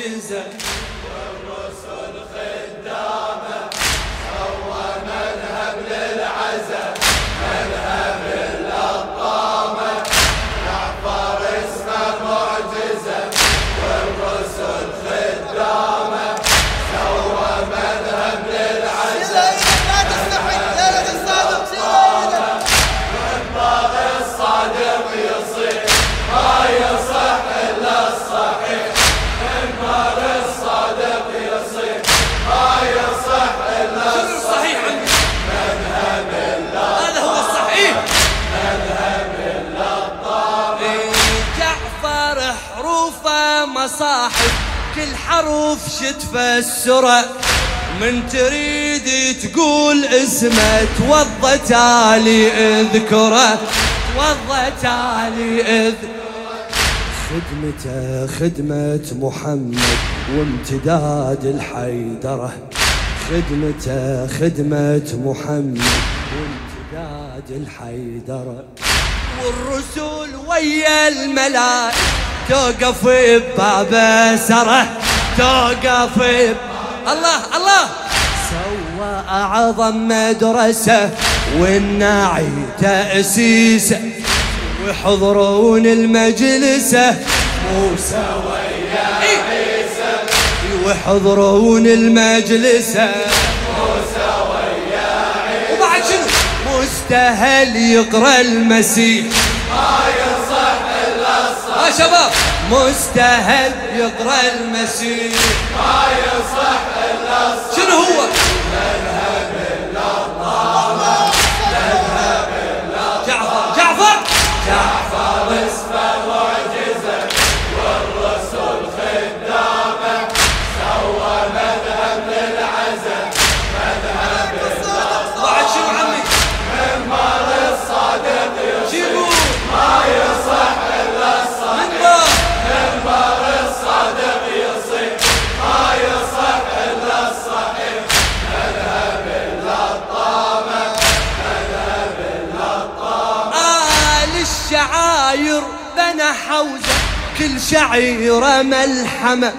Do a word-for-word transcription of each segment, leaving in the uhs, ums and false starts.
معجزة والرسل خدامه سوى مذهب للعزة مذهب للطامة جعفر اسمه معجزة والرسل خدامه سوى مذهب للعزة لا تستحي لا تصادق سيدنا والباغي الصادق يصيح ما يصح إلا الصحيح الباغي الصادق يصيح ما يصح إلا الصحيح مذهب الله هذا هو الصحيح مذهب الله الطامة جعفر حروفه مصاحف كل حرف شتفسره من تريد تقول اسمه توضى تالي اذكره توضى تالي اذكره خدمته خدمة محمد وامتداد الحيدرة خدمته خدمة محمد وامتداد الحيدرة والرسل ويا الملائكة توقف بباب سره توقف بباب الله الله سوى أعظم مدرسة والناعي تأسيسه ويحضرون المجلسة موسى ويا عيسى ويحضرون المجلسة موسى ويا عيسى وبعد شنو مستهل يقرأ المسيح ما يصح إلا الصحيح يا شباب مستهل يقرأ المسيح ما يصح إلا الصحيح شنو هو مذهب الله مذهب الله جعفر جعفر جعفر اسمه معجزة والرسل خدامه سوى مذهب للعزة مذهب بعد شنو عمي منبر الصادق يصيح جيبوا ما يصح إلا الصحيح منبر الصادق يصيح ما يصح إلا الصحيح مذهب الطامة مذهب الطامة آل الشعاير بنى حوزة كل شعيرة ملحمة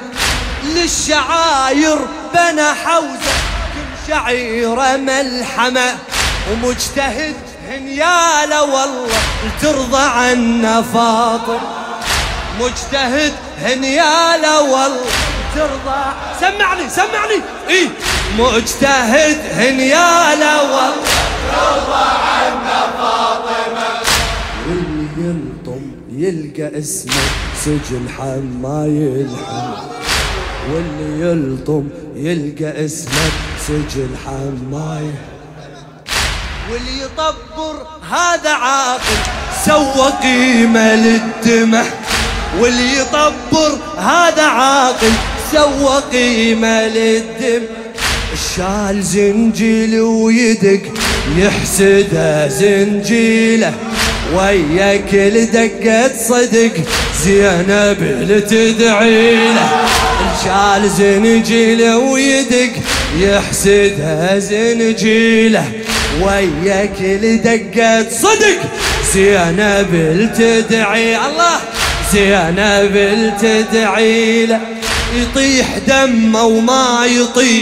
للشعاير بنى حوزة كل شعيرة ملحمة ومجتهد هنياله والله ترضى عنا فاطمة مجتهد هنياله والله ترضى سمعني سمعني ايه مجتهد هنياله والله ترضى عنا فاطمة واللي يلطم يلقى اسمه سجن حما يلحم واللي يلطم يلقى اسمه سجن حما يلحم واللي يطبر هذا عاقل سوى قيمة للدمه واللي يطبر هذا عاقل سوى قيمة للدم شال زنجيل ويدق يحسده زنجيله ويا كل دقة صدق زينب لتدعي له شال زنجيله ويدق يحسده زنجيله ويا كل دقة صدق زينب لتدعي الله زينب لتدعي له يطيح دمه وما يطيح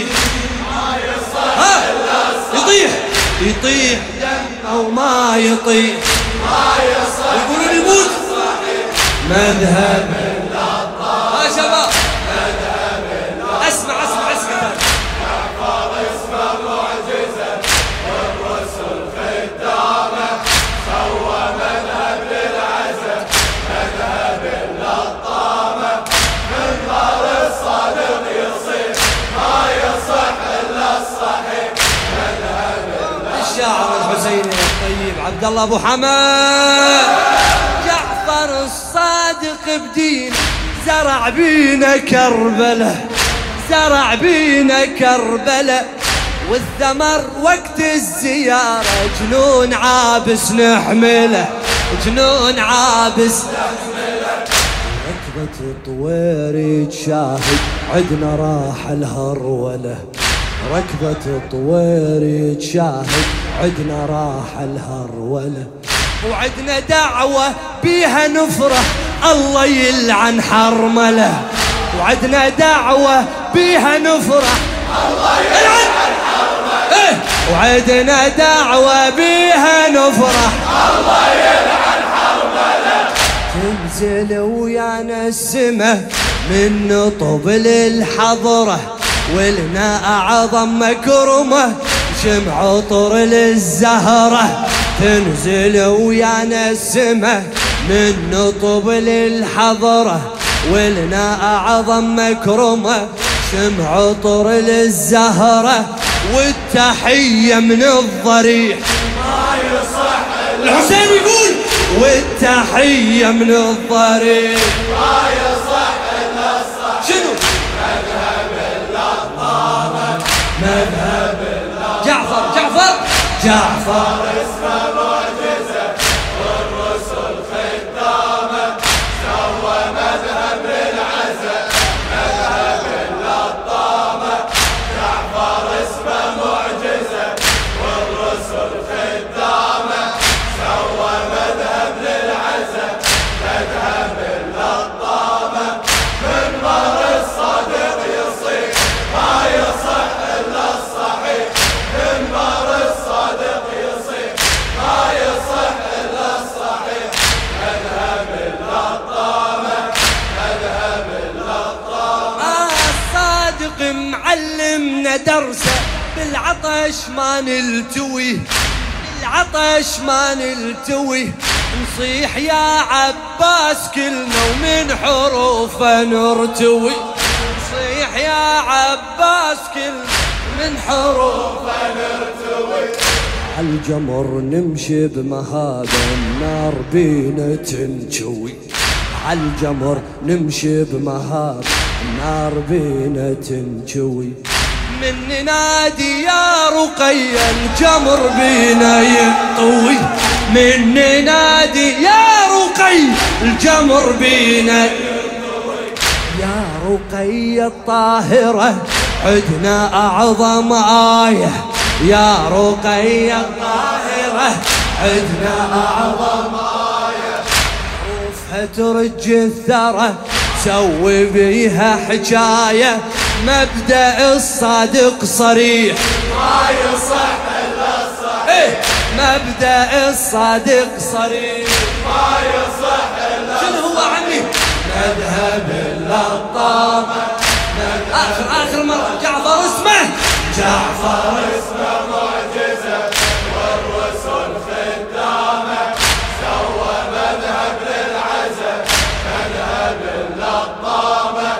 ها يطيح يطيح دمه وما يطيح ما يصح يقولون يموت مذهب ها شباب اسمع اسمع اسمع جعفر اسمه معجزة والرسل خدامه سوى مذهب للعزة مذهب الطامة منبر الصادق يصيح ما يصح إلا الصحيح مذهب الشاعر الحسيني الطيب عبد الله ابو حماد جعفر الصادق بدين زرع بينا كربله زرع بينا كربله والثمر وقت الزيارة جنون عابس نحمله جنون عابس نحمله ركبة طويري شاهد عدنا راح الهرولة ركبة طويري شاهد عدنا راح الهرولة وعدنا دعوة بيها نفرح الله يلعن حرمله وعدنا دعوة بيها نفرح الله يلعن حرمنا ايه وعدنا دعوة بيها نفرح الله يلعن حرمنا تنزل ويانا السما من نطب للحضرة ولنا أعظم مكرمة شمع عطر للزهرة تنزل ويانا السما من نطب للحضرة ولنا أعظم مكرمة شمع عطر للزهرة والتحية من الضريح ما يصح الحسين يقول والتحية من الضريح ما يصح إلا الصح شنو مذهب اللطامة مذهب جعفر جعفر جعفر اسمه معجزة والرسل خدامة سوى مذهب للعزة مذهب اللطامة جعفر اسمه معجزة والرسل خدامة سوى مذهب للعزة مذهب اللطامة من مر الصادق يصيح ما يصح إلا الصحيح من مر الصادق يصيح ما يصح إلا الصحيح مذهب اللطامة مذهب اللطامة آه الصادق معلمنا درسه بالعطش ما نلتوي بالعطش ما نلتوي نصيح يا عباس كلنا ومن حروفه نرتوي نصيح يا عباس كلنا من حروفه نرتوي عالجمر نمشي بمهابة النار بينا تنجوي عالجمر نمشي بمهابة النار بينا تنجوي من نادي يا رقية الجمر بينا ينطوي من نادي يا رقي الجمر بينا ينطوي يا رقية الطاهرة عدنا أعظم آية يا رقية الطاهرة عدنا أعظم آية حروفها ترج الثرى سوي بيها حكاية مبدأ الصادق صريح ما يصح إلا الصحيح إيه مبدأ الصادق صريح ما يصح إلا شنو هو عمي مذهب اللطامة آخر آخر مرة جعفر اسمه جعفر اسمه معجزة والرسل خدامة سوى مذهب للعزة مذهب اللطامة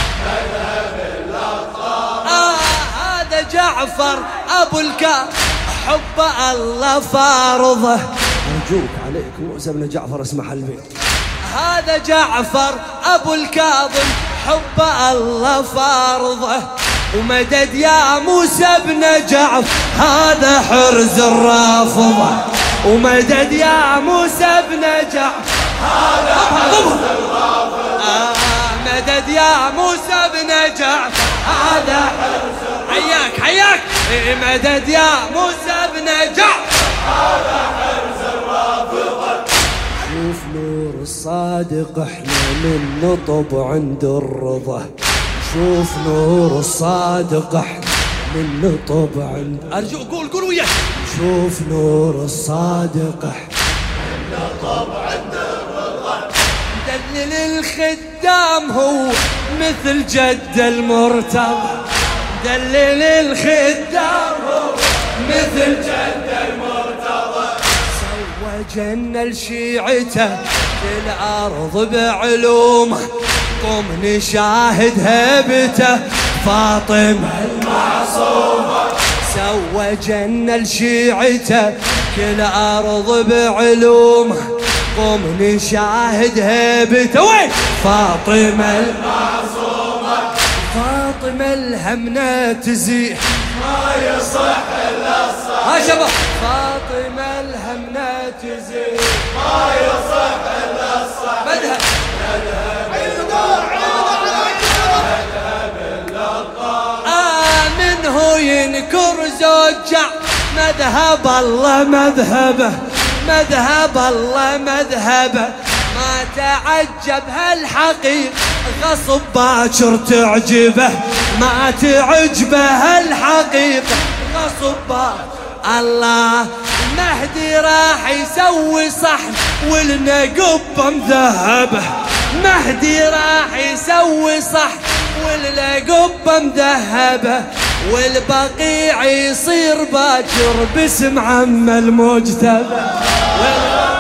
مذهب اللطامة آه هذا جعفر أبو الكا حب الله فارضه أرجوك عليك موسى بن جعفر اسمح البيت هذا جعفر أبو الكاظم حب الله فارضه ومدد يا موسى بن جعفر هذا حرز الرافضة ومدد يا موسى بن جعفر هذا حرز الرافضة آه مدد يا موسى بن جعفر هذا حرز حياك حياك إيه مدد يا موسى بن جعفر هذا حرز الرافضة شوف نور الصادق احنا من نطب عند الرضا شوف نور الصادق احنا من نطب عند ارجو قول قول وياي شوف نور الصادق احنا من نطب عند الرضا دلل الخدام هو مثل جد المرتضى دلل الخدام هو مثل جد المرتضى سوى جنة لشيعته في الأرض بعلومه قم نشاهد هيبته فاطمة المعصومة سوى جنة لشيعته كل أرض بعلومه قم نشاهد هيبته وين فاطمة المعصومة فاطمة الهمنا تزيح ما يصح إلا الصحيح ها شباب فاطمة الهمنا تزيح ما يصح إلا الصحيح بدها آمن هو ينكر زوجة مذهب الله مذهبه مذهب الله مذهبه ما تعجب هالحقيق غصب باكر تعجبه ما تعجبه الحقيقة غصب باكر. الله المهدي راح يسوي صحن ولنا قبة مذهبة مهدي راح يسوي صحن ولنا قبة مذهبة والبقيع يصير باكر باسم عم المجتبى.